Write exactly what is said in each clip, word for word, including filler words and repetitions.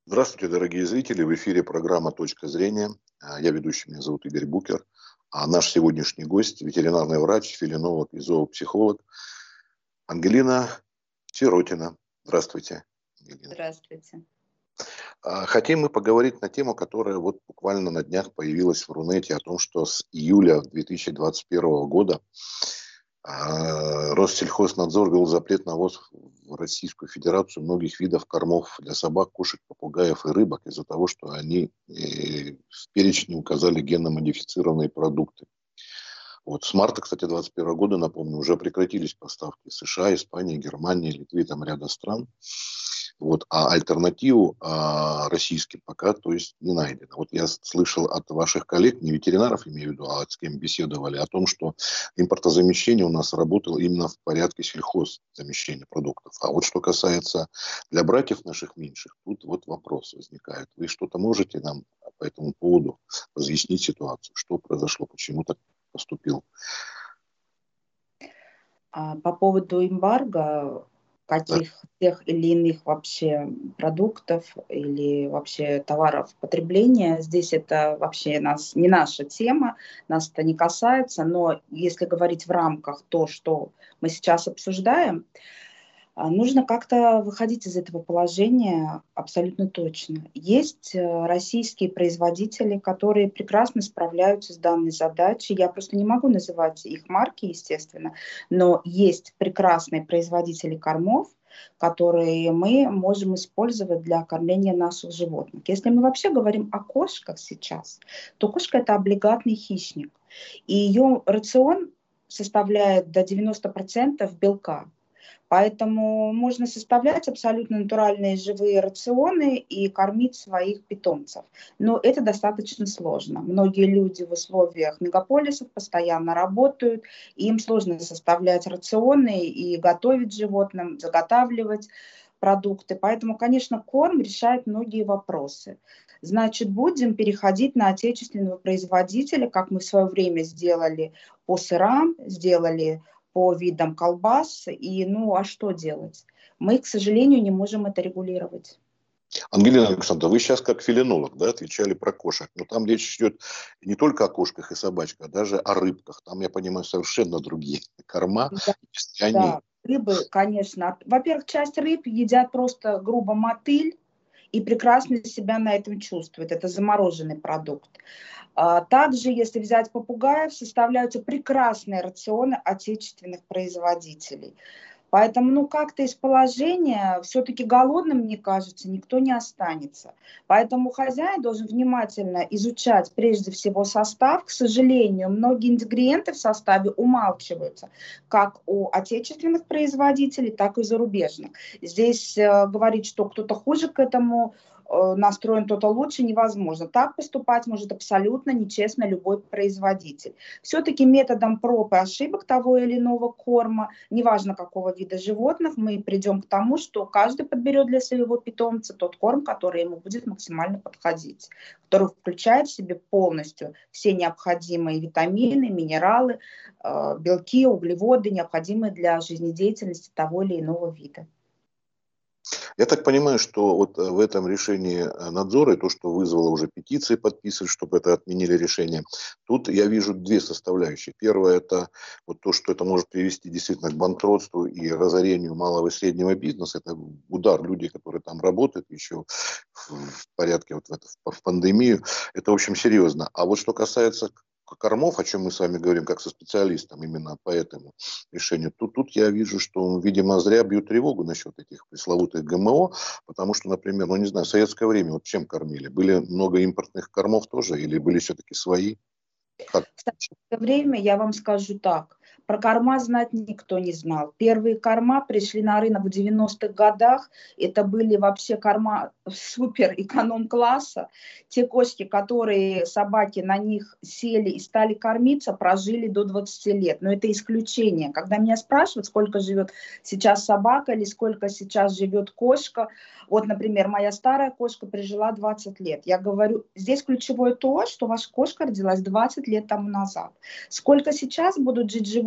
Здравствуйте, дорогие зрители. В эфире программа «Точка зрения». А, Я ведущий, меня зовут Игорь Букер. А наш сегодняшний гость – ветеринарный врач, фелинолог и зоопсихолог Ангелина Сиротина. Здравствуйте, Ангелина. Здравствуйте. А, Хотим мы поговорить на тему, которая вот буквально на днях появилась в Рунете, о том, что с июля две тысячи двадцать первого года а, Россельхознадзор ввел запрет на ввоз в Российскую Федерацию многих видов кормов для собак, кошек, попугаев и рыбок из-за того, что они э, в перечне указали генно-модифицированные продукты. Вот с марта, кстати, две тысячи двадцать первого года, напомню, уже прекратились поставки США, Испании, Германии, Литвы, там ряда стран. Вот, а альтернативу а, российским пока, то есть, не найдено. Вот я слышал от ваших коллег, не ветеринаров имею в виду, а с кем беседовали, о том, что импортозамещение у нас работало именно в порядке сельхоззамещения продуктов. А вот что касается для братьев наших меньших, тут вот вопрос возникает. Вы что-то можете нам по этому поводу разъяснить ситуацию? Что произошло, почему так поступил? А По поводу эмбарго, Да. каких тех или иных вообще продуктов или вообще товаров потребления, здесь это вообще нас, не наша тема, нас это не касается, но если говорить в рамках то, что мы сейчас обсуждаем, а, нужно как-то выходить из этого положения абсолютно точно. Есть э, российские производители, которые прекрасно справляются с данной задачей. Я просто не могу называть их марки, естественно, но есть прекрасные производители кормов, которые мы можем использовать для кормления наших животных. Если мы вообще говорим о кошках сейчас, то кошка – это облигатный хищник, и ее рацион составляет до девяноста процентов белка. Поэтому можно составлять абсолютно натуральные живые рационы и кормить своих питомцев. Но это достаточно сложно. Многие люди в условиях мегаполисов постоянно работают, и им сложно составлять рационы и готовить животным, заготавливать продукты. Поэтому, конечно, корм решает многие вопросы. Значит, будем переходить на отечественного производителя, как мы в свое время сделали по сырам, сделали по видам колбас. И ну а что делать? Мы, к сожалению, не можем это регулировать. Ангелина Александровна, вы сейчас как фелинолог, да, отвечали про кошек, но там речь идет не только о кошках и собачках, а даже о рыбках. Там, я понимаю, совершенно другие корма, Да, если они... да, рыбы, конечно. Во-первых, часть рыб едят просто грубо мотыль и прекрасно себя на этом чувствуют. Это замороженный продукт. А Также, если взять попугаев, составляются прекрасные рационы отечественных производителей. Поэтому, ну, как-то из положения все-таки голодным, мне кажется, никто не останется. Поэтому хозяин должен внимательно изучать прежде всего состав. К сожалению, многие ингредиенты в составе умалчиваются, как у отечественных производителей, так и зарубежных. Здесь э, говорить, что кто-то хуже к этому э, настроен, кто-то лучше, невозможно. Так поступать может абсолютно нечестно любой производитель. Все-таки методом проб и ошибок того или иного корма, неважно какого вида животных, мы придем к тому, что каждый подберет для своего питомца тот корм, который ему будет максимально подходить, который включает в себе полностью все необходимые витамины, минералы, э, белки, углеводы, необходимые для жизнедеятельности того или иного вида. Я так понимаю, что вот э, в этом решении э, надзора, и то, что вызвало уже петиции подписывать, чтобы это отменили решение, тут я вижу две составляющие. Первое – это вот то, что это может привести действительно к банкротству и разорению малого и среднего бизнеса. Это удар людей, которые там работают еще в, в порядке вот в, это, в пандемию. Это, в общем, серьезно. А вот что касается кормов, о чем мы с вами говорим, как со специалистом именно по этому решению, тут, тут я вижу, что, видимо, зря бьют тревогу насчет этих пресловутых ГМО, потому что, например, ну не знаю, в советское время вот чем кормили? Были много импортных кормов тоже или были все-таки свои? Как? В советское время, я вам скажу так, про корма знать никто не знал. Первые корма пришли на рынок в девяностых годах. Это были вообще корма супер эконом-класса. Те кошки, которые собаки на них сели и стали кормиться, прожили до двадцати лет. Но это исключение. Когда меня спрашивают, сколько живет сейчас собака или сколько сейчас живет кошка, вот, например, моя старая кошка прожила двадцать лет. Я говорю, здесь ключевое то, что ваша кошка родилась двадцать лет тому назад. Сколько сейчас будут жить животные,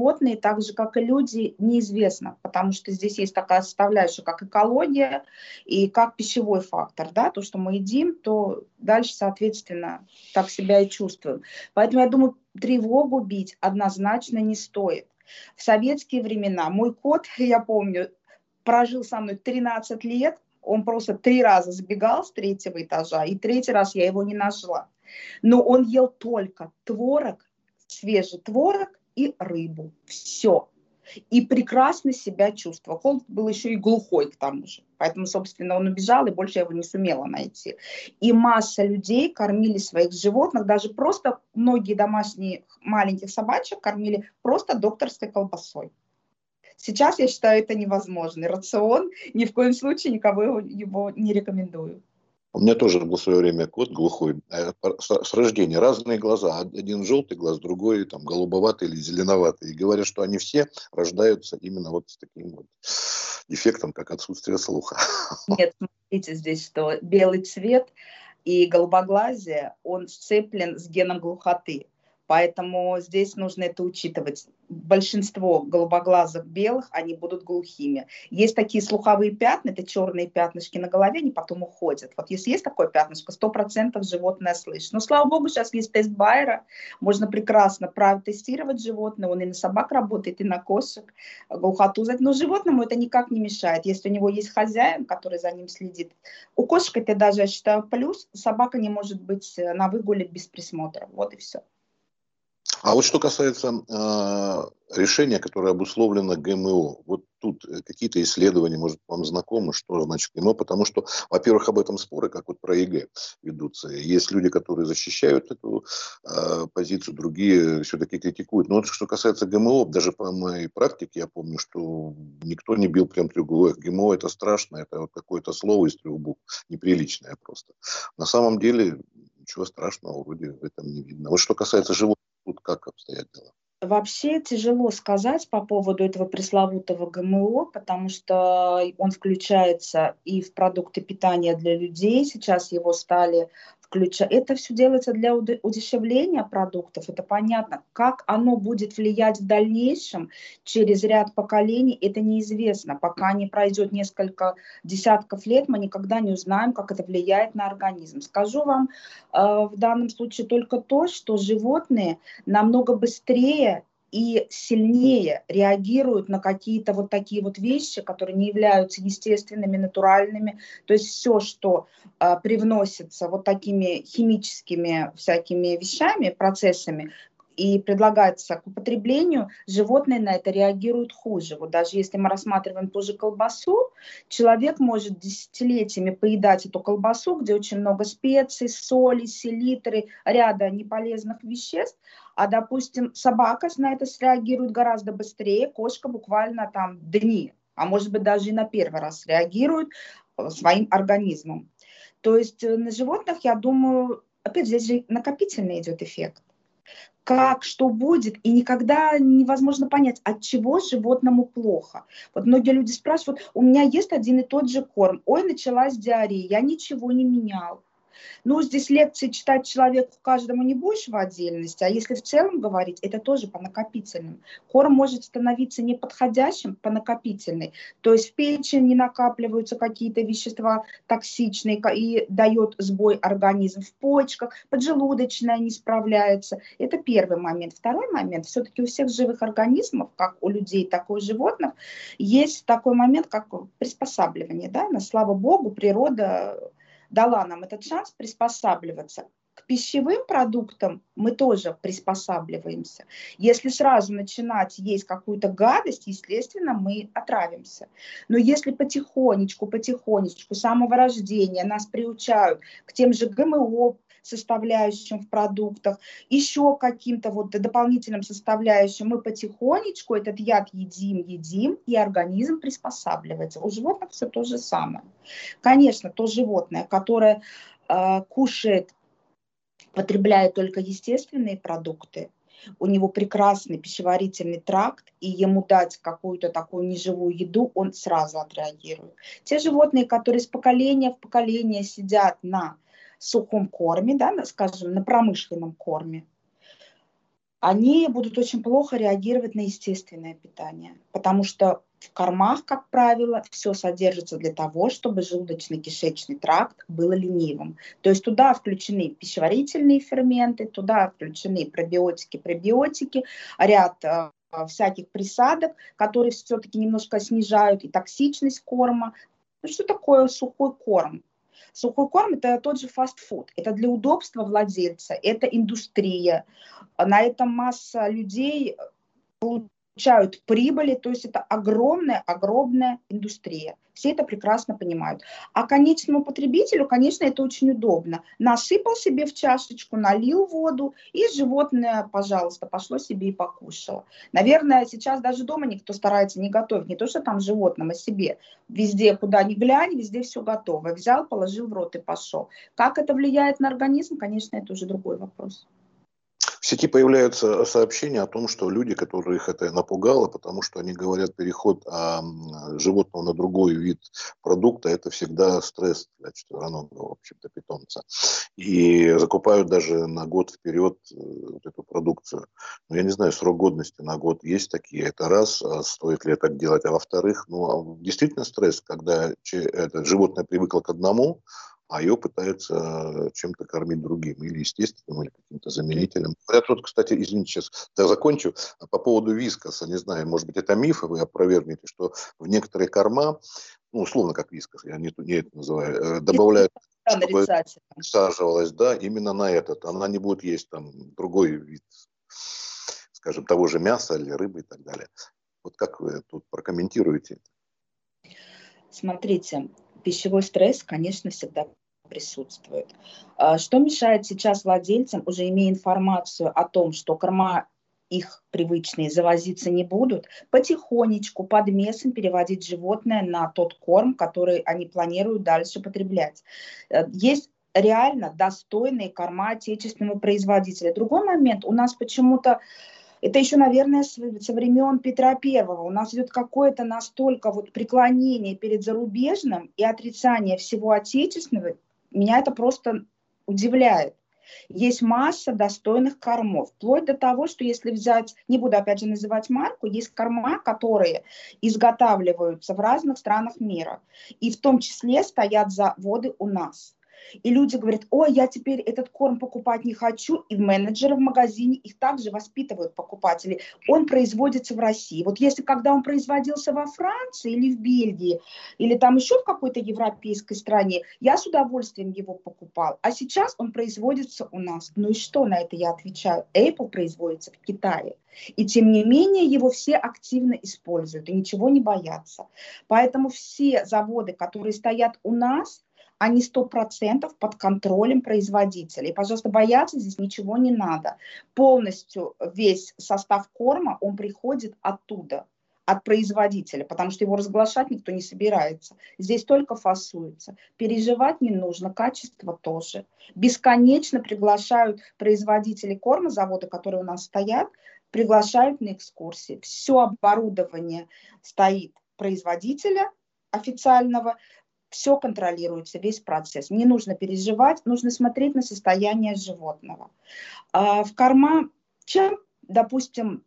животные, так же, как и люди, неизвестно, потому что здесь есть такая составляющая, как экология и как пищевой фактор, да, то, что мы едим, то дальше, соответственно, так себя и чувствуем. Поэтому я думаю, тревогу бить однозначно не стоит. В советские времена мой кот, я помню, прожил со мной тринадцать лет, он просто три раза сбегал с третьего этажа, и третий раз я его не нашла. Но он ел только творог, свежий творог и рыбу. Все. И прекрасно себя чувствовал. Он был еще и глухой к тому же. Поэтому, собственно, он убежал, и больше я его не сумела найти. И масса людей кормили своих животных, даже просто многие домашние маленьких собачек кормили просто докторской колбасой. Сейчас я считаю это невозможно. Рацион ни в коем случае никого его не рекомендую. У меня тоже был в свое время кот глухой, с рождения, разные глаза. Один желтый глаз, другой там голубоватый или зеленоватый. И говорят, что они все рождаются именно вот с таким вот дефектом, как отсутствие слуха. Нет, смотрите здесь, что белый цвет и голубоглазие, он сцеплен с геном глухоты. Поэтому здесь нужно это учитывать. Большинство голубоглазых белых, они будут глухими. Есть такие слуховые пятна, это черные пятнышки на голове, они потом уходят. Вот если есть такое пятнышко, сто процентов животное слышит. Но, слава богу, сейчас есть тест Байера, можно прекрасно правильно тестировать животное, он и на собак работает, и на кошек, глухоту. Но животному это никак не мешает, если у него есть хозяин, который за ним следит. У кошек это даже, я считаю, плюс, собака не может быть на выгуле без присмотра. Вот и все. А вот что касается э, решения, которое обусловлено ГМО, вот тут какие-то исследования, может, вам знакомы, что значит ГМО, потому что, во-первых, об этом споры, как вот про ЕГЭ ведутся. Есть люди, которые защищают эту э, позицию, другие все-таки критикуют. Но вот что касается ГМО, даже по моей практике я помню, что никто не бил прям треуголовых. ГМО это страшно, это вот какое-то слово из трех букв, неприличное просто. На самом деле ничего страшного вроде в этом не видно. Вот что касается животных, тут как обстоят дела? Вообще тяжело сказать по поводу этого пресловутого ГМО, потому что он включается и в продукты питания для людей. Сейчас его стали включать. Это все делается для удешевления продуктов. Это понятно. Как оно будет влиять в дальнейшем через ряд поколений, это неизвестно. Пока не пройдет несколько десятков лет, мы никогда не узнаем, как это влияет на организм. Скажу вам э, в данном случае только то, что животные намного быстрее и сильнее реагируют на какие-то вот такие вот вещи, которые не являются естественными, натуральными. То есть все, что а, привносится вот такими химическими всякими вещами, процессами, и предлагается к употреблению, животные на это реагируют хуже. Вот даже если мы рассматриваем ту же колбасу, человек может десятилетиями поедать эту колбасу, где очень много специй, соли, селитры, ряда неполезных веществ, а, допустим, собака на это среагирует гораздо быстрее, кошка буквально там дни, а может быть даже и на первый раз реагирует своим организмом. То есть на животных, я думаю, опять здесь же накопительный идет эффект. Как, что будет, и никогда невозможно понять, от чего животному плохо. Вот многие люди спрашивают, у меня есть один и тот же корм, ой, началась диарея, я ничего не менял. Ну, здесь лекции читать человеку каждому не будешь в отдельности, а если в целом говорить, это тоже по накопительным. Корм может становиться неподходящим по накопительной, то есть в печени накапливаются какие-то вещества токсичные и дает сбой организм, в почках, поджелудочная не справляется. Это первый момент. Второй момент, все-таки у всех живых организмов, как у людей, так и у животных, есть такой момент, как приспосабливание. Да? Но, слава богу, природа дала нам этот шанс приспосабливаться. К пищевым продуктам мы тоже приспосабливаемся. Если сразу начинать есть какую-то гадость, естественно, мы отравимся. Но если потихонечку, потихонечку, с самого рождения нас приучают к тем же ГМО, составляющим в продуктах, еще каким-то вот дополнительным составляющим, мы потихонечку этот яд едим, едим, и организм приспосабливается. У животных все то же самое. Конечно, то животное, которое э, кушает, потребляет только естественные продукты, у него прекрасный пищеварительный тракт, и ему дать какую-то такую неживую еду, он сразу отреагирует. Те животные, которые с поколения в поколение сидят на сухом корме, да, скажем, на промышленном корме, они будут очень плохо реагировать на естественное питание, потому что в кормах, как правило, все содержится для того, чтобы желудочно-кишечный тракт был ленивым. То есть туда включены пищеварительные ферменты, туда включены пробиотики, пребиотики, ряд э, всяких присадок, которые все-таки немножко снижают и токсичность корма. Ну, что такое сухой корм? Сухой корм – это тот же фастфуд. Это для удобства владельца, это индустрия. На этом масса людей получают прибыли, то есть это огромная, огромная индустрия. Все это прекрасно понимают. А конечному потребителю, конечно, это очень удобно. Насыпал себе в чашечку, налил воду, и животное, пожалуйста, пошло себе и покушало. Наверное, сейчас даже дома никто старается не готовить, не то, что там животным, а себе. Везде, куда ни глянь, везде все готово. Взял, положил в рот и пошел. Как это влияет на организм, конечно, это уже другой вопрос. В сети появляются сообщения о том, что люди, которых это напугало, потому что они говорят, переход а, животного на другой вид продукта, это всегда стресс для четвероногого, в общем-то, питомца. И закупают даже на год вперед вот эту продукцию. Но я не знаю, срок годности на год есть такие. Это раз, а стоит ли так делать. А во-вторых, ну, действительно стресс, когда это животное привыкло к одному, а ее пытаются чем-то кормить другим, или естественным, или каким-то заменителем. Говорят, вот, кстати, извините, сейчас я закончу, по поводу вискоса, не знаю, может быть, это миф, и вы опровергнете, что в некоторые корма, ну, условно, как вискос, я не, не это называю, добавляют, чтобы всаживалась, да, именно на этот, она не будет есть там другой вид, скажем, того же мяса или рыбы и так далее. Вот как вы тут прокомментируете это? Смотрите, пищевой стресс, конечно, всегда присутствует. Что мешает сейчас владельцам, уже имея информацию о том, что корма их привычные завозиться не будут, потихонечку под мясом переводить животное на тот корм, который они планируют дальше потреблять. Есть реально достойные корма отечественного производителя. Другой момент, у нас почему-то это еще, наверное, со времен Петра Первого. У нас идет какое-то настолько вот преклонение перед зарубежным и отрицание всего отечественного. Меня это просто удивляет. Есть масса достойных кормов. Вплоть до того, что если взять, не буду опять же называть марку, есть корма, которые изготавливаются в разных странах мира. И в том числе стоят заводы у нас. И люди говорят, ой, я теперь этот корм покупать не хочу, и менеджеры в магазине их также воспитывают покупатели. Он производится в России. Вот если когда он производился во Франции или в Бельгии, или там еще в какой-то европейской стране, я с удовольствием его покупал. А сейчас он производится у нас. Ну и что на это я отвечаю? Apple производится в Китае. И тем не менее его все активно используют и ничего не боятся. Поэтому все заводы, которые стоят у нас, они сто процентов под контролем производителя. И, пожалуйста, бояться здесь ничего не надо. Полностью весь состав корма, он приходит оттуда, от производителя, потому что его разглашать никто не собирается. Здесь только фасуется. Переживать не нужно, качество тоже. Бесконечно приглашают производители корма, заводы, которые у нас стоят, приглашают на экскурсии. Все оборудование стоит производителя официального, все контролируется, весь процесс. Не нужно переживать, нужно смотреть на состояние животного. А в корма, чем, допустим,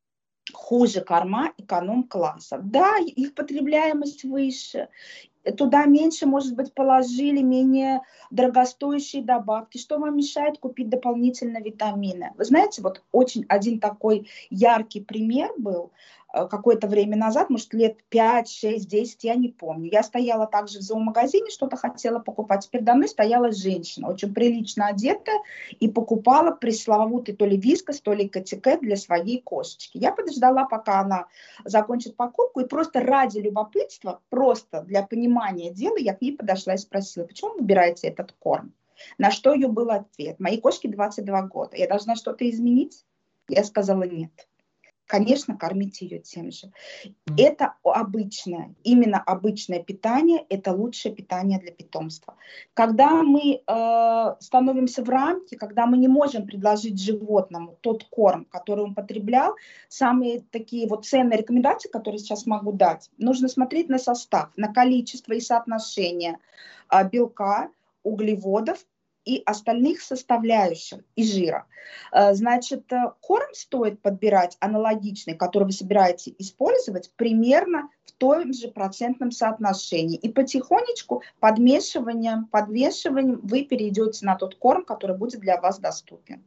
хуже корма эконом-класса? Да, их потребляемость выше, туда меньше, может быть, положили менее дорогостоящие добавки. Что вам мешает купить дополнительно витамины? Вы знаете, вот очень один такой яркий пример был какое-то время назад, может, лет пять, шесть, десять, я не помню. Я стояла также в зоомагазине, что-то хотела покупать. Передо мной стояла женщина, очень прилично одетая, и покупала пресловутый то ли вискас, то ли катикет для своей кошечки. Я подождала, пока она закончит покупку, и просто ради любопытства, просто для понимания дела, я к ней подошла и спросила, почему вы выбираете этот корм? На что ее был ответ: моей кошке двадцать два года, я должна что-то изменить? Я сказала нет. Конечно, кормить ее тем же. Это обычное, именно обычное питание, это лучшее питание для питомства. Когда мы э, становимся в рамки, когда мы не можем предложить животному тот корм, который он потреблял, самые такие вот ценные рекомендации, которые сейчас могу дать, нужно смотреть на состав, на количество и соотношение э, белка, углеводов и остальных составляющих, и жира. Значит, корм стоит подбирать аналогичный, который вы собираетесь использовать, примерно в том же процентном соотношении. И потихонечку подмешиванием, подмешиванием вы перейдете на тот корм, который будет для вас доступен.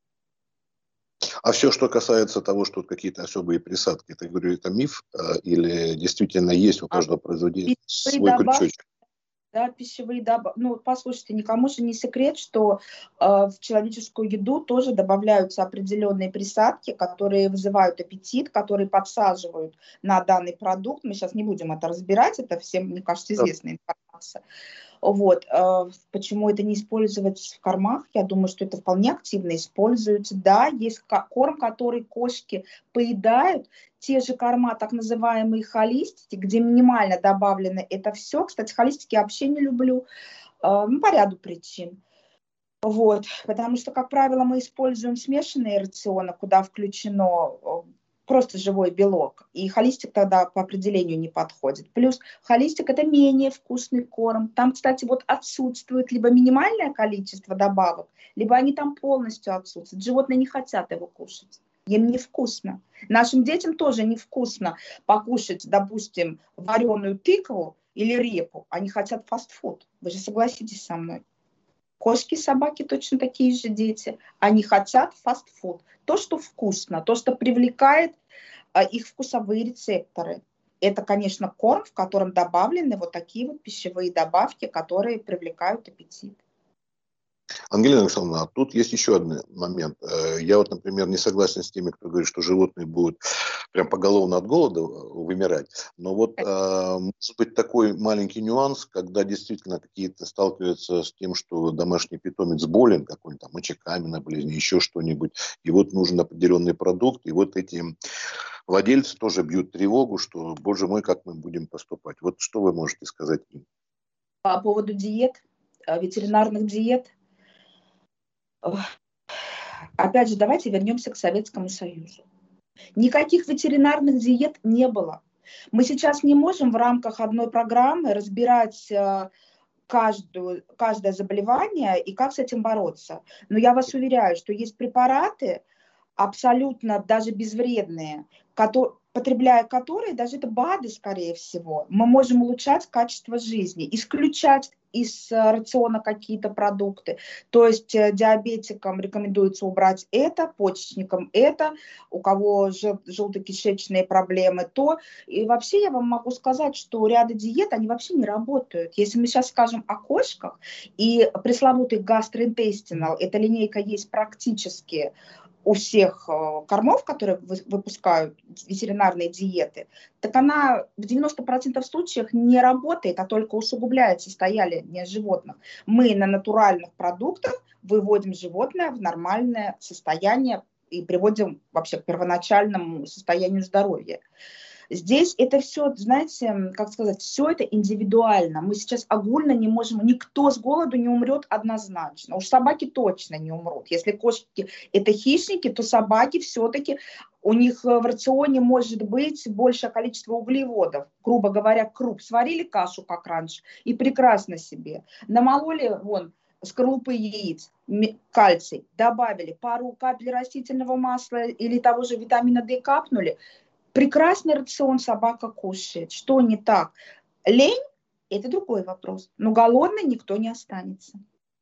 А все, что касается того, что какие-то особые присадки, ты говорю, это миф или действительно есть у каждого производителя свой крючочек? Да, пищевые добавки. Ну, послушайте, никому же не секрет, что э, в человеческую еду тоже добавляются определенные присадки, которые вызывают аппетит, которые подсаживают на данный продукт. Мы сейчас не будем это разбирать, это всем, мне кажется, известная информация. Вот. Почему это не использовать в кормах? Я думаю, что это вполне активно используется. Да, есть корм, который кошки поедают. Те же корма, так называемые холистики, где минимально добавлено это все. Кстати, холистики я вообще не люблю, ну, по ряду причин. Вот. Потому что, как правило, мы используем смешанные рационы, куда включено просто живой белок. И холистик тогда по определению не подходит. Плюс холистик – это менее вкусный корм. Там, кстати, вот отсутствует либо минимальное количество добавок, либо они там полностью отсутствуют. Животные не хотят его кушать. Им невкусно. Нашим детям тоже невкусно покушать, допустим, вареную тыкву или репу. Они хотят фастфуд. Вы же согласитесь со мной. Кошки, собаки точно такие же дети. Они хотят фастфуд. То, что вкусно, то, что привлекает а, их вкусовые рецепторы. Это, конечно, корм, в котором добавлены вот такие вот пищевые добавки, которые привлекают аппетит. Ангелина Александровна, а тут есть еще один момент. Я вот, например, не согласен с теми, кто говорит, что животные будут прям поголовно от голода вымирать. Но вот может быть такой маленький нюанс, когда действительно какие-то сталкиваются с тем, что домашний питомец болен, какой-нибудь там мочекаменной болезнью, еще что-нибудь, и вот нужен определенный продукт, и вот эти владельцы тоже бьют тревогу, что, боже мой, как мы будем поступать. Вот что вы можете сказать им? По поводу диет, ветеринарных диет. Опять же, давайте вернемся к Советскому Союзу. Никаких ветеринарных диет не было. Мы сейчас не можем в рамках одной программы разбирать каждую, каждое заболевание и как с этим бороться. Но я вас уверяю, что есть препараты, абсолютно даже безвредные, которые, потребляя которые, даже это БАДы, скорее всего, мы можем улучшать качество жизни, исключать из рациона какие-то продукты. То есть диабетикам рекомендуется убрать это, почечникам это, у кого желтокишечные проблемы то. И вообще я вам могу сказать, что ряды диет, они вообще не работают. Если мы сейчас скажем о кошках, и пресловутый гастроинтестинал, эта линейка есть практически у всех кормов, которые выпускают ветеринарные диеты, так она в девяноста процентах случаев не работает, а только усугубляет состояние животных. Мы на натуральных продуктах выводим животное в нормальное состояние и приводим вообще к первоначальному состоянию здоровья. Здесь это все, знаете, как сказать, все это индивидуально. Мы сейчас огульно не можем, никто с голоду не умрет однозначно. Уж собаки точно не умрут. Если кошки это хищники, то собаки все-таки, у них в рационе может быть большее количество углеводов. Грубо говоря, круп. Сварили кашу, как раньше, и прекрасно себе. Намололи, вон, скорлупы яиц, кальций, добавили пару капель растительного масла или того же витамина D капнули. Прекрасный рацион собака кушает. Что не так? Лень – это другой вопрос. Но голодный никто не останется.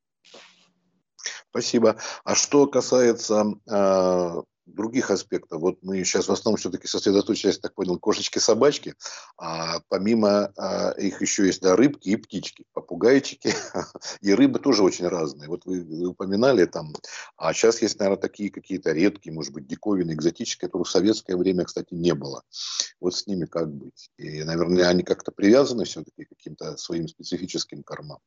Спасибо. А что касается э, других аспектов, вот мы сейчас в основном все-таки сосредоточились, так понял, кошечки-собачки, а помимо э, их еще есть, да, рыбки и птички, попугайчики, и рыбы тоже очень разные. Вот вы, вы упоминали там, а сейчас есть, наверное, такие какие-то редкие, может быть, диковинные, экзотические, которых в советское время, кстати, не было. Вот с ними как быть? И, наверное, они как-то привязаны все-таки к каким-то своим специфическим кормам.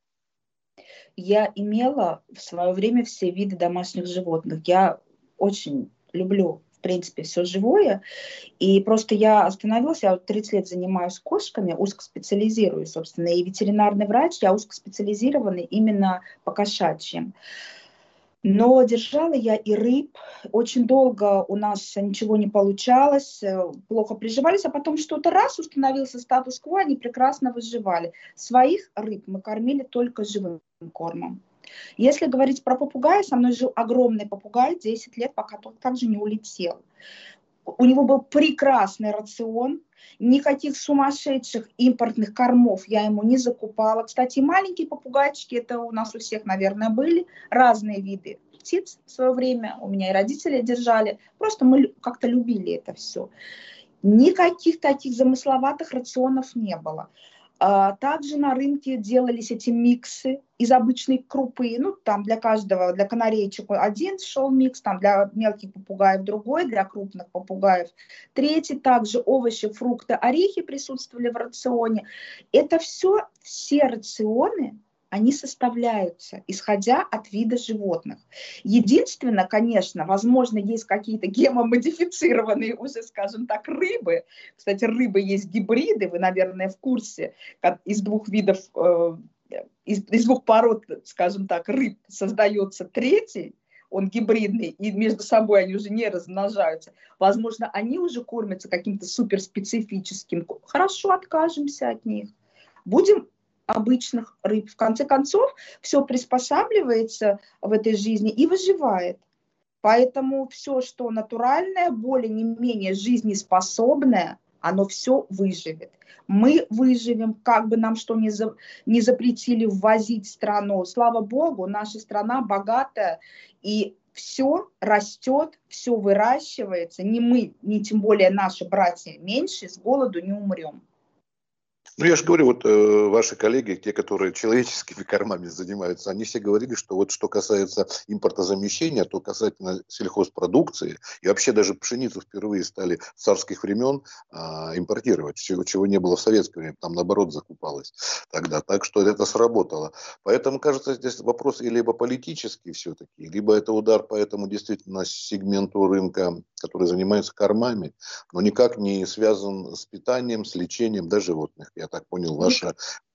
Я имела в свое время все виды домашних животных. Я очень люблю, в принципе, все живое. И просто я остановилась, я тридцать лет занимаюсь кошками, узкоспециализируюсь, собственно, и ветеринарный врач, я узкоспециализированный именно по кошачьим. Но держала я и рыб. Очень долго у нас ничего не получалось, плохо приживались, а потом что-то раз установился статус-кво, они прекрасно выживали. Своих рыб мы кормили только живым кормом. Если говорить про попугая, со мной жил огромный попугай десять лет, пока тот также не улетел. У него был прекрасный рацион, никаких сумасшедших импортных кормов я ему не закупала. Кстати, маленькие попугайчики, это у нас у всех, наверное, были разные виды птиц в свое время. У меня и родители держали. Просто мы как-то любили это все. Никаких таких замысловатых рационов не было. Также на рынке делались эти миксы из обычной крупы. Ну, там для каждого, для канареечек один шел микс, там для мелких попугаев другой, для крупных попугаев третий. Также овощи, фрукты, орехи присутствовали в рационе. Это все, все рационы, они составляются, исходя от вида животных. Единственное, конечно, возможно, есть какие-то геномодифицированные уже, скажем так, рыбы. Кстати, рыбы есть гибриды, вы, наверное, в курсе, как из двух видов, э, из, из двух пород, скажем так, рыб создается третий, он гибридный, и между собой они уже не размножаются. Возможно, они уже кормятся каким-то суперспецифическим. Хорошо, откажемся от них. Будем обычных рыб. В конце концов, все приспосабливается в этой жизни и выживает. Поэтому все, что натуральное, более не менее жизнеспособное, оно все выживет. Мы выживем, как бы нам что ни, за, ни запретили ввозить в страну. Слава Богу, наша страна богатая, и все растет, все выращивается. Ни мы, ни тем более наши братья меньше, с голоду не умрем. Ну, я же говорю, вот э, ваши коллеги, те, которые человеческими кормами занимаются, они все говорили, что вот что касается импортозамещения, то касательно сельхозпродукции, и вообще даже пшеницу впервые стали с царских времен э, импортировать, чего, чего не было в советское время, там наоборот закупалось тогда, так что это сработало. Поэтому, кажется, здесь вопрос и либо политический все-таки, либо это удар по этому действительно сегменту рынка, который занимается кормами, но никак не связан с питанием, с лечением, да, животных. Я так понял, ваша...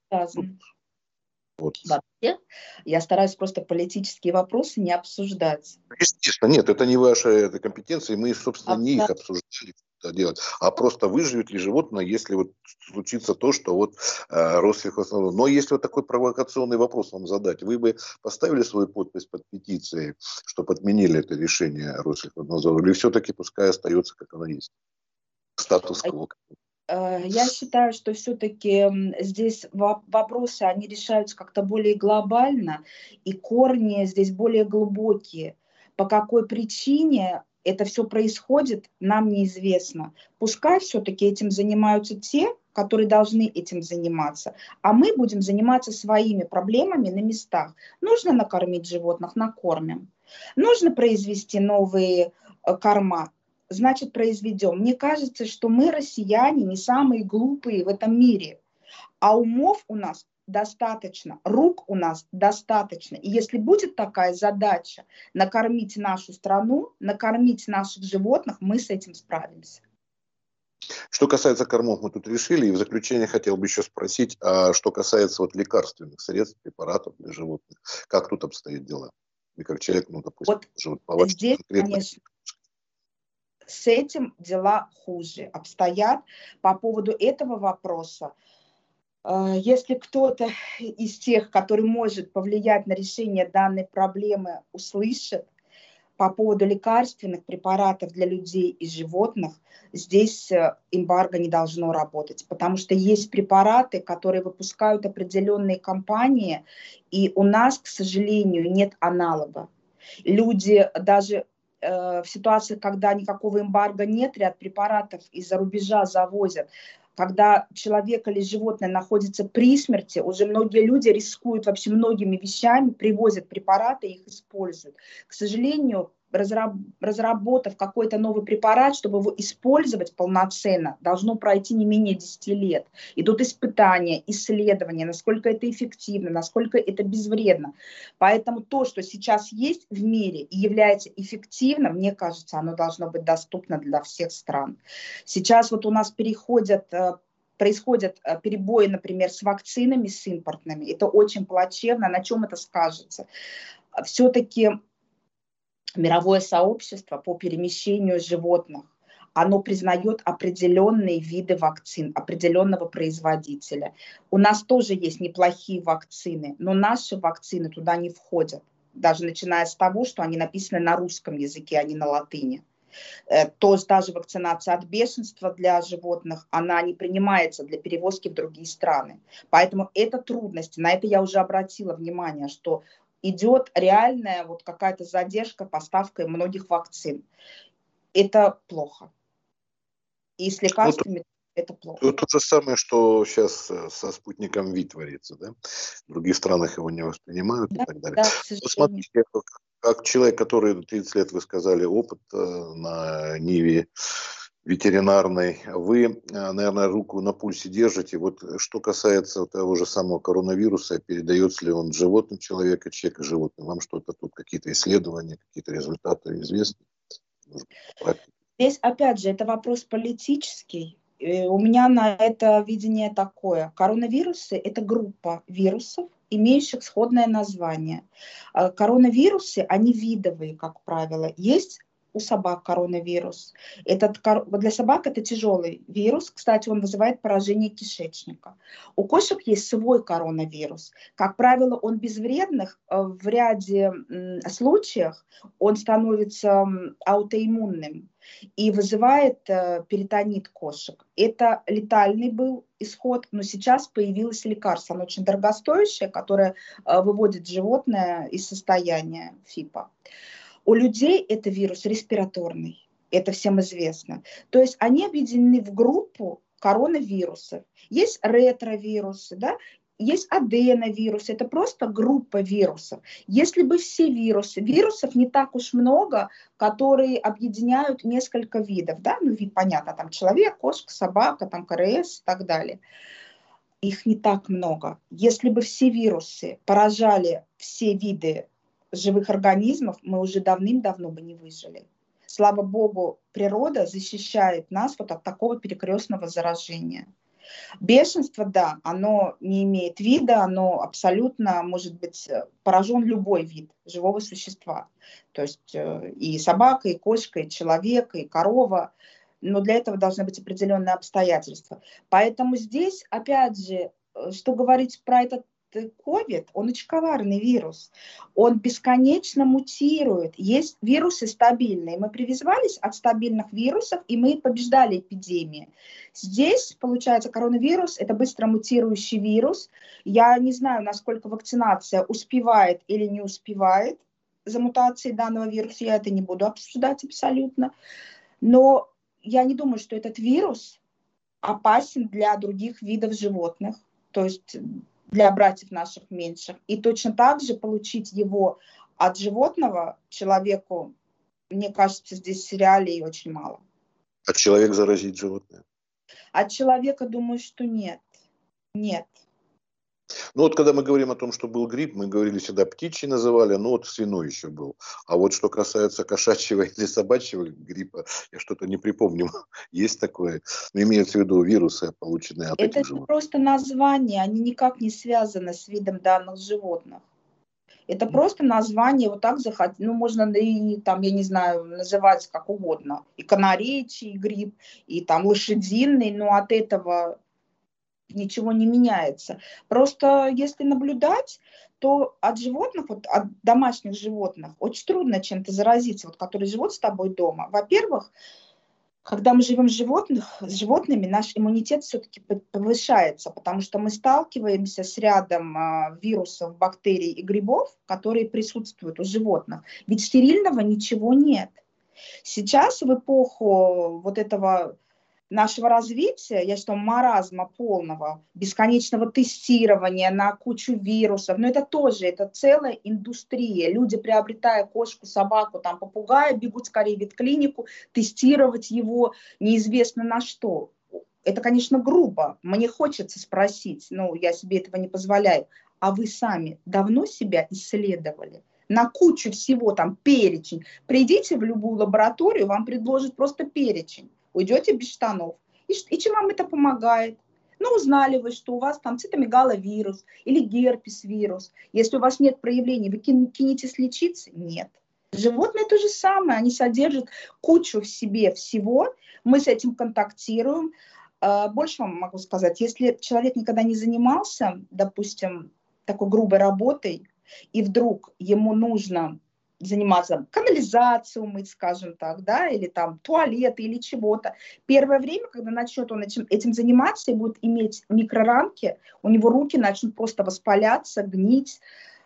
Вот. Вообще, я стараюсь просто политические вопросы не обсуждать. Естественно, нет, это не ваша это компетенция, мы, собственно, а, не да. их обсуждали, что делать, а просто выживет ли животное, если вот случится то, что вот э, Россельхознадзор. Но если вот такой провокационный вопрос вам задать, вы бы поставили свою подпись под петицией, чтобы отменили это решение Россельхознадзора, или все-таки пускай остается, как оно есть? Статус-кво. Я считаю, что все-таки здесь вопросы, они решаются как-то более глобально, и корни здесь более глубокие. По какой причине это все происходит, нам неизвестно. Пускай все-таки этим занимаются те, которые должны этим заниматься, а мы будем заниматься своими проблемами на местах. Нужно накормить животных, накормим. Нужно произвести новые корма, значит, произведем. Мне кажется, что мы, россияне, не самые глупые в этом мире, а умов у нас достаточно, рук у нас достаточно. И если будет такая задача накормить нашу страну, накормить наших животных, мы с этим справимся. Что касается кормов, мы тут решили. И в заключение хотел бы еще спросить, а что касается вот лекарственных средств, препаратов для животных, как тут обстоят дела? И как человек, ну, допустим, вот живет по вашей здесь, конкретной... конечно, с этим дела хуже обстоят. По поводу этого вопроса, если кто-то из тех, который может повлиять на решение данной проблемы, услышит по поводу лекарственных препаратов для людей и животных, здесь эмбарго не должно работать, потому что есть препараты, которые выпускают определенные компании, и у нас, к сожалению, нет аналога. Люди даже в ситуации, когда никакого эмбарго нет, ряд препаратов из-за рубежа завозят. Когда человек или животное находится при смерти, уже многие люди рискуют вообще многими вещами, привозят препараты и их используют. К сожалению, разработав какой-то новый препарат, чтобы его использовать полноценно, должно пройти не менее десяти лет. Идут испытания, исследования, насколько это эффективно, насколько это безвредно. Поэтому то, что сейчас есть в мире и является эффективным, мне кажется, оно должно быть доступно для всех стран. Сейчас вот у нас переходят... происходят перебои, например, с вакцинами, с импортными. Это очень плачевно. На чем это скажется? Все-таки мировое сообщество по перемещению животных, оно признает определенные виды вакцин, определенного производителя. У нас тоже есть неплохие вакцины, но наши вакцины туда не входят, даже начиная с того, что они написаны на русском языке, а не на латыни. То есть даже вакцинация от бешенства для животных, она не принимается для перевозки в другие страны. Поэтому это трудности. На это я уже обратила внимание, что идет реальная вот какая-то задержка поставкой многих вакцин. Это плохо. И с лекарствами ну, это плохо. То, то же самое, что сейчас со спутником Ви творится, да? В других странах его не воспринимают да, и так далее. Да, к сожалению. Посмотрите, как, как человек, который тридцать лет, вы сказали, опыт на ниве ветеринарной, вы, наверное, руку на пульсе держите. Вот что касается того же самого коронавируса, передается ли он животным человека, человека животным? Вам что-то тут, какие-то исследования, какие-то результаты известны? Здесь, опять же, это вопрос политический. У меня на это видение такое. Коронавирусы – это группа вирусов, имеющих сходное название. Коронавирусы, они видовые, как правило. Есть у собак коронавирус. Этот, для собак это тяжелый вирус. Кстати, он вызывает поражение кишечника. У кошек есть свой коронавирус. Как правило, он безвредных. В ряде случаев он становится аутоиммунным и вызывает перитонит кошек. Это летальный был исход, но сейчас появилось лекарство. Оно очень дорогостоящее, которое выводит животное из состояния ФИПа. У людей это вирус респираторный, это всем известно. То есть они объединены в группу коронавирусов. Есть ретровирусы, да? Есть аденовирусы, это просто группа вирусов. Если бы все вирусы, вирусов не так уж много, которые объединяют несколько видов, да, ну вид понятно, там человек, кошка, собака, там КРС и так далее. Их не так много. Если бы все вирусы поражали все виды живых организмов, мы уже давным-давно бы не выжили. Слава Богу, природа защищает нас вот от такого перекрестного заражения. Бешенство, да, оно не имеет вида, оно абсолютно может быть поражен любой вид живого существа. То есть и собака, и кошка, и человек, и корова. Но для этого должны быть определенные обстоятельства. Поэтому здесь, опять же, что говорить про этот ковид, он очень коварный вирус, он бесконечно мутирует. Есть вирусы стабильные. Мы прививались от стабильных вирусов, и мы побеждали эпидемии. Здесь, получается, коронавирус – это быстро мутирующий вирус. Я не знаю, насколько вакцинация успевает или не успевает за мутацией данного вируса. Я это не буду обсуждать абсолютно. Но я не думаю, что этот вирус опасен для других видов животных. То есть для братьев наших меньших. И точно так же получить его от животного человеку, мне кажется, здесь реалий очень мало. А человек заразить животное? От человека, думаю, что нет. Нет. Ну вот когда мы говорим о том, что был грипп, мы говорили всегда птичий называли, но вот свиной еще был. А вот что касается кошачьего или собачьего гриппа, я что-то не припомню. Есть такое? Но имеется в виду вирусы, полученные от это этих животных. Это просто название, они никак не связаны с видом данных животных. Это просто название, вот так захотеть, ну, можно и там, я не знаю, называть как угодно. И канарейчий грипп, и там лошадиный, но от этого ничего не меняется. Просто если наблюдать, то от животных, вот от домашних животных, очень трудно чем-то заразиться, вот, которые живут с тобой дома. Во-первых, когда мы живем с, животных, с животными, наш иммунитет все-таки повышается, потому что мы сталкиваемся с рядом э, вирусов, бактерий и грибов, которые присутствуют у животных. Ведь стерильного ничего нет. Сейчас в эпоху вот этого нашего развития, я считаю, маразма полного, бесконечного тестирования на кучу вирусов, но это тоже, это целая индустрия. Люди, приобретая кошку, собаку, там, попугая, бегут скорее в ветклинику, тестировать его неизвестно на что. Это, конечно, грубо. Мне хочется спросить, но я себе этого не позволяю. А вы сами давно себя исследовали? На кучу всего, там, перечень. Придите в любую лабораторию, вам предложат просто перечень. Уйдете без штанов. И, и чем вам это помогает? Ну, узнали вы, что у вас там цитомегаловирус или герпес-вирус. Если у вас нет проявлений, вы кинетесь лечиться? Нет. Животные то же самое, они содержат кучу в себе всего, мы с этим контактируем. Больше вам могу сказать, если человек никогда не занимался, допустим, такой грубой работой, и вдруг ему нужно заниматься канализацию мыть, скажем так, да, или там туалет, или чего-то. Первое время, когда начнет он этим, этим заниматься и будет иметь микроранки, у него руки начнут просто воспаляться, гнить,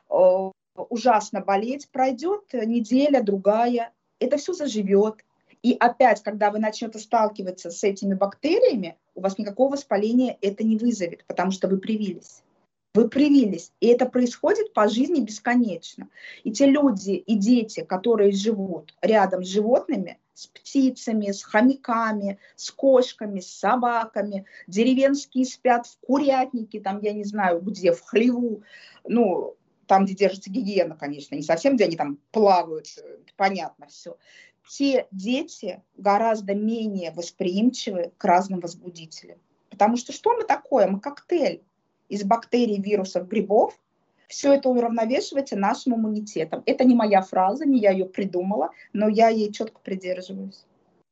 э, ужасно болеть. Пройдет неделя, другая, это все заживет. И опять, когда вы начнете сталкиваться с этими бактериями, у вас никакого воспаления это не вызовет, потому что вы привились. Вы привились, и это происходит по жизни бесконечно. И те люди и дети, которые живут рядом с животными, с птицами, с хомяками, с кошками, с собаками, деревенские спят в курятнике, там, я не знаю где, в хлеву, ну, там, где держится гигиена, конечно, не совсем, где они там плавают, понятно все. Те дети гораздо менее восприимчивы к разным возбудителям. Потому что что мы такое? Мы коктейль из бактерий, вирусов, грибов. Все это уравновешивается нашим иммунитетом. Это не моя фраза, не я ее придумала, но я ей четко придерживаюсь.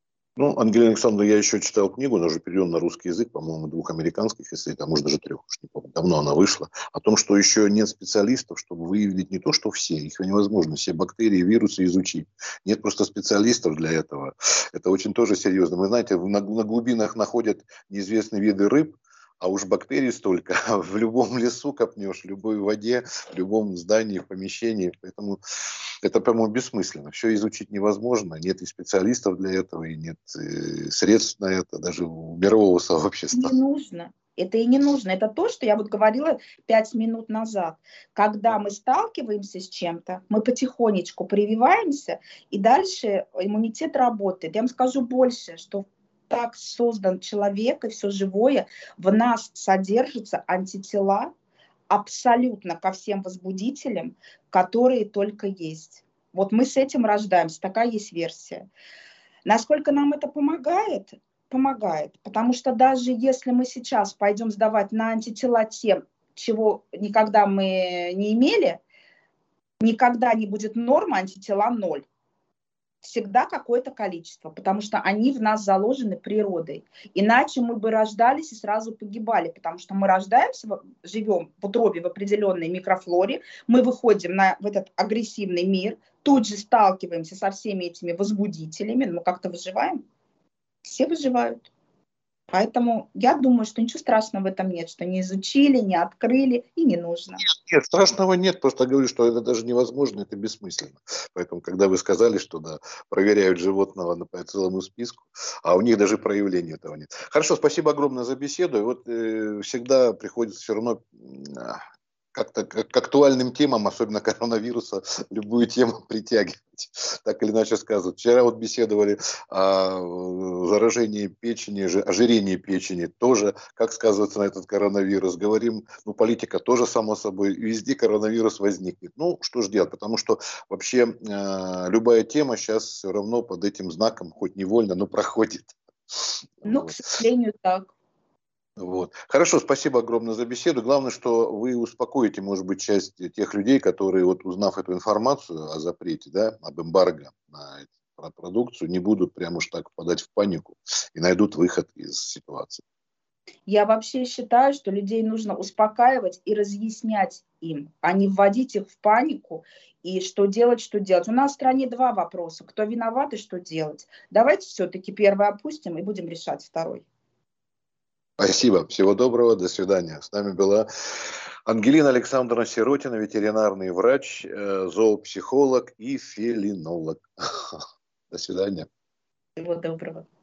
Ну, Ангелина Александровна, я еще читал книгу, она уже переведена на русский язык, по-моему, двух американских эссе, а может даже трех, уж не помню, давно она вышла, о том, что еще нет специалистов, чтобы выявить не то, что все, их невозможно, все бактерии, вирусы изучить. Нет просто специалистов для этого. Это очень тоже серьезно. Вы знаете, на, на глубинах находят неизвестные виды рыб, а уж бактерий столько. В любом лесу копнешь, в любой воде, в любом здании, в помещении. Поэтому это, по-моему, бессмысленно. Все изучить невозможно. Нет и специалистов для этого, и нет и средств на это, даже у мирового сообщества. Не нужно. Это и не нужно. Это то, что я вот говорила пять минут назад. Когда мы сталкиваемся с чем-то, мы потихонечку прививаемся, и дальше иммунитет работает. Я вам скажу больше, что так создан человек и все живое, в нас содержатся антитела абсолютно ко всем возбудителям, которые только есть. Вот мы с этим рождаемся, такая есть версия. Насколько нам это помогает? Помогает, потому что даже если мы сейчас пойдем сдавать на антитела тем, чего никогда мы не имели, никогда не будет норма антитела ноль. Всегда какое-то количество, потому что они в нас заложены природой. Иначе мы бы рождались и сразу погибали, потому что мы рождаемся, живем в утробе в определенной микрофлоре, мы выходим на, в этот агрессивный мир, тут же сталкиваемся со всеми этими возбудителями, но как-то выживаем. Все выживают. Поэтому я думаю, что ничего страшного в этом нет, что не изучили, не открыли и не нужно. Нет, нет, страшного нет, просто говорю, что это даже невозможно, это бессмысленно. Поэтому, когда вы сказали, что да, проверяют животного по целому списку, а у них даже проявления этого нет. Хорошо, спасибо огромное за беседу. И вот э, всегда приходится все равно э, как-то к актуальным темам, особенно коронавируса, любую тему притягивать. Так или иначе сказывают. Вчера вот беседовали о заражении печени, ожирении печени, тоже, как сказывается на этот коронавирус. Говорим, ну, политика тоже, само собой, везде коронавирус возникнет. Ну, что же делать, потому что вообще э, любая тема сейчас все равно под этим знаком, хоть невольно, но проходит. Ну, вот. К сожалению, так. Вот. Хорошо, спасибо огромное за беседу. Главное, что вы успокоите, может быть, часть тех людей, которые, вот, узнав эту информацию о запрете, да, об эмбарго на эту продукцию, не будут прямо уж так впадать в панику и найдут выход из ситуации. Я вообще считаю, что людей нужно успокаивать и разъяснять им, а не вводить их в панику и что делать, что делать. У нас в стране два вопроса. Кто виноват и что делать? Давайте все-таки первый опустим и будем решать второй. Спасибо. Всего доброго. До свидания. С нами была Ангелина Александровна Сиротина, ветеринарный врач, зоопсихолог и фелинолог. До свидания. Всего доброго.